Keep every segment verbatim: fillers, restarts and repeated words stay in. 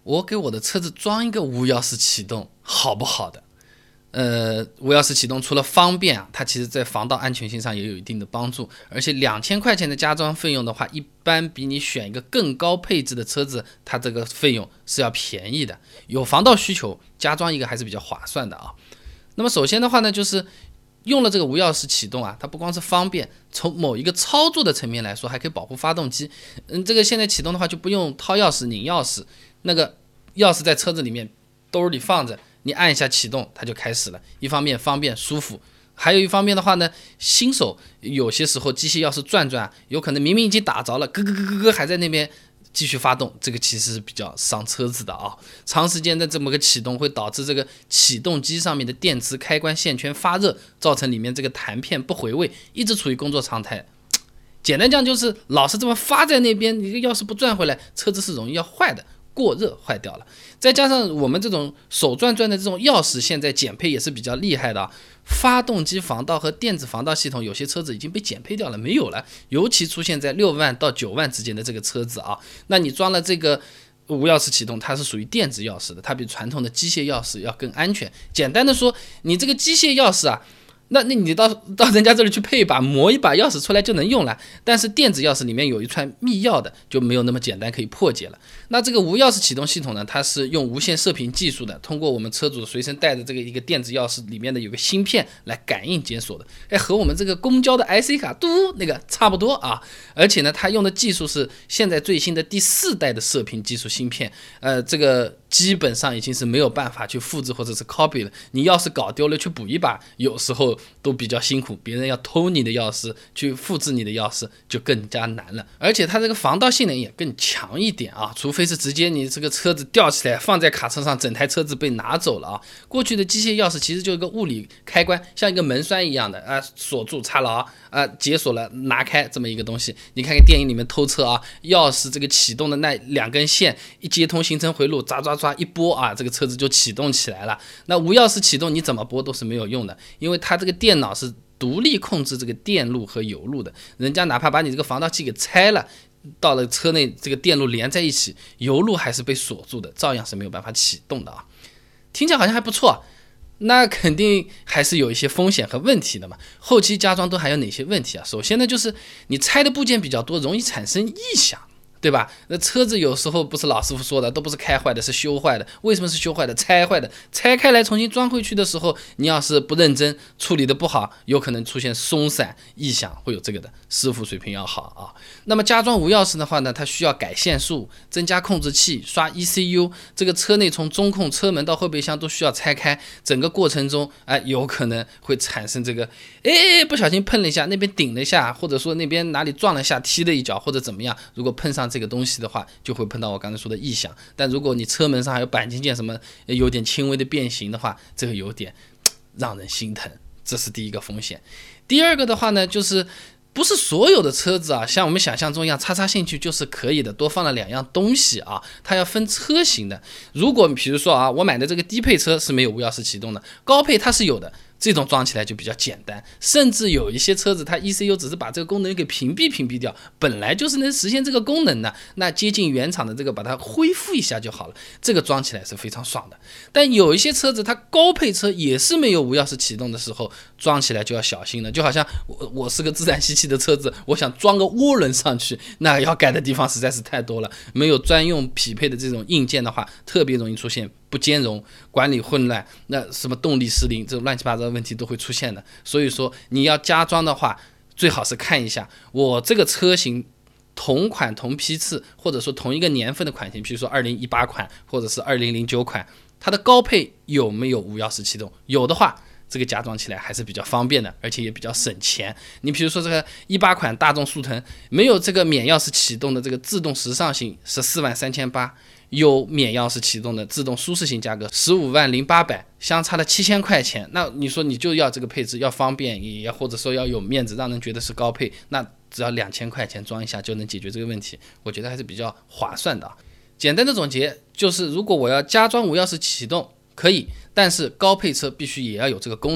我给我的车子装一个无钥匙启动，好不好的？呃，无钥匙启动除了方便啊，它其实在防盗安全性上也有一定的帮助。而且两千块钱的加装费用的话，一般比你选一个更高配置的车子，它这个费用是要便宜的。有防盗需求，加装一个还是比较划算的啊。那么首先的话呢，就是用了这个无钥匙启动啊，它不光是方便，从某一个操作的层面来说，还可以保护发动机。嗯，这个现在启动的话就不用掏钥匙、拧钥匙，那个钥匙在车子里面兜里放着。你按一下启动，它就开始了。一方面方便舒服，还有一方面的话呢，新手有些时候机械钥匙转转，有可能明明已经打着了，咯咯咯咯咯还在那边继续发动，这个其实是比较伤车子的啊。长时间的这么个启动会导致这个启动机上面的电池开关线圈发热，造成里面这个弹片不回位，一直处于工作状态。简单讲就是老是这么发在那边，你这个钥匙不转回来，车子是容易要坏的。过热坏掉了，再加上我们这种手转转的这种钥匙，现在减配也是比较厉害的啊。发动机防盗和电子防盗系统，有些车子已经被减配掉了，没有了。尤其出现在六万到九万之间的这个车子啊，那你装了这个无钥匙启动，它是属于电子钥匙的，它比传统的机械钥匙要更安全。简单的说，你这个机械钥匙啊。那那你到到人家这里去配一把，磨一把钥匙出来就能用了。但是电子钥匙里面有一串密钥的，就没有那么简单可以破解了。那这个无钥匙启动系统呢，它是用无线射频技术的，通过我们车主随身带的这个一个电子钥匙里面的有个芯片来感应解锁的。哎，和我们这个公交的 I C 卡嘟那个差不多啊。而且呢，它用的技术是现在最新的第四代的射频技术芯片，呃，这个基本上已经是没有办法去复制或者是 copy 了。你要是搞丢了去补一把，有时候都比较辛苦，别人要偷你的钥匙去复制你的钥匙就更加难了。而且它这个防盗性能也更强一点啊，除非是直接你这个车子吊起来放在卡车上，整台车子被拿走了啊。过去的机械钥匙其实就是个物理开关，像一个门栓一样的啊，锁住插牢啊，解锁了拿开这么一个东西。你看看电影里面偷车啊，钥匙这个启动的那两根线一接通形成回路，抓抓抓一拨啊，这个车子就启动起来了。那无钥匙启动你怎么拨都是没有用的，因为它这个电脑是独立控制这个电路和油路的，人家哪怕把你这个防盗器给拆了，到了车内这个电路连在一起，油路还是被锁住的，照样是没有办法启动的啊。听起来好像还不错，那肯定还是有一些风险和问题的嘛。后期加装都还有哪些问题啊？首先呢，就是你拆的部件比较多，容易产生异响。对吧？那车子有时候不是老师傅说的，都不是开坏的，是修坏的。为什么是修坏的？拆坏的，拆开来重新装回去的时候，你要是不认真处理的不好，有可能出现松散异响，会有这个的。师傅水平要好啊。那么加装无钥匙的话呢，它需要改线数、增加控制器、刷 E C U， 这个车内从中控、车门到后备箱都需要拆开，整个过程中，哎，有可能会产生这个，哎，不小心碰了一下，那边顶了一下，或者说那边哪里撞了一下，踢了一脚或者怎么样，如果碰上这个东西的话，就会碰到我刚才说的异响。但如果你车门上还有钣金件什么有点轻微的变形的话，这个有点让人心疼，这是第一个风险。第二个的话呢，就是不是所有的车子啊，像我们想象中一样插插进去就是可以的，多放了两样东西啊，它要分车型的。如果比如说啊，我买的这个低配车是没有无钥匙启动的，高配它是有的，这种装起来就比较简单，甚至有一些车子它 E C U 只是把这个功能给屏蔽屏蔽掉，本来就是能实现这个功能的，那接近原厂的这个把它恢复一下就好了，这个装起来是非常爽的。但有一些车子它高配车也是没有无钥匙启动的时候，装起来就要小心了。就好像我我是个自然吸气的车子，我想装个涡轮上去，那要改的地方实在是太多了，没有专用匹配的这种硬件的话，特别容易出现不兼容、管理混乱，那什么动力失灵，这种乱七八糟的问题都会出现的。所以说你要加装的话，最好是看一下我这个车型同款同批次，或者说同一个年份的款型，比如说二零一八款或者是二零零九款，它的高配有没有无钥匙启动？有的话，这个加装起来还是比较方便的，而且也比较省钱。你比如说这个一八款大众速腾，没有这个免钥匙启动的这个自动时尚型十四万三千八，有免钥匙启动的自动舒适型价格十五万零八百，相差了七千块钱。那你说你就要这个配置，要方便，也或者说要有面子，让人觉得是高配，那只要两千块钱装一下就能解决这个问题，我觉得还是比较划算的。简单的总结就是，如果我要加装无钥匙启动可以，但是高配车必须也要有这个功能，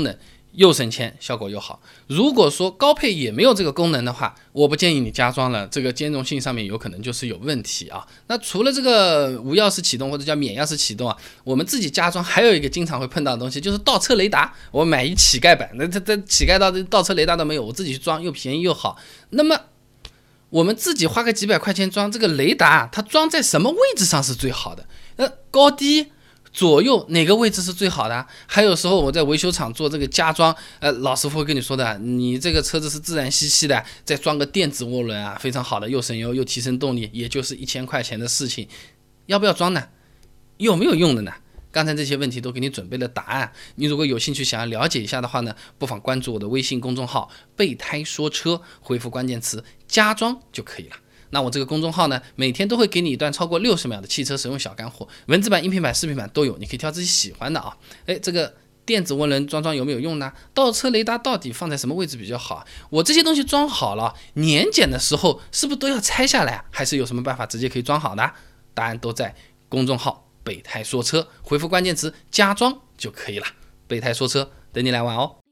又省钱，效果又好。如果说高配也没有这个功能的话，我不建议你加装了，这个兼容性上面有可能就是有问题啊。那除了这个无钥匙启动或者叫免钥匙启动啊，我们自己加装还有一个经常会碰到的东西，就是倒车雷达。我买一乞丐版，那这这乞丐到倒车雷达都没有，我自己去装又便宜又好。那么我们自己花个几百块钱装这个雷达，它装在什么位置上是最好的？呃，高低左右哪个位置是最好的？还有时候我在维修厂做这个加装，呃，老师傅会跟你说的，你这个车子是自然吸气的，再装个电子涡轮啊，非常好的，又省油又提升动力，也就是一千块钱的事情，要不要装呢？有没有用的呢？刚才这些问题都给你准备了答案，你如果有兴趣想要了解一下的话呢，不妨关注我的微信公众号备胎说车，回复关键词加装就可以了。那我这个公众号呢，每天都会给你一段超过六十秒的汽车使用小干货，文字版、音频版、视频版都有，你可以挑自己喜欢的啊。哎，这个电子涡轮装装有没有用呢？倒车雷达到底放在什么位置比较好？我这些东西装好了，年检的时候是不是都要拆下来？还是有什么办法直接可以装好的？答案都在公众号备胎说车，回复关键词加装就可以了。备胎说车，等你来玩哦。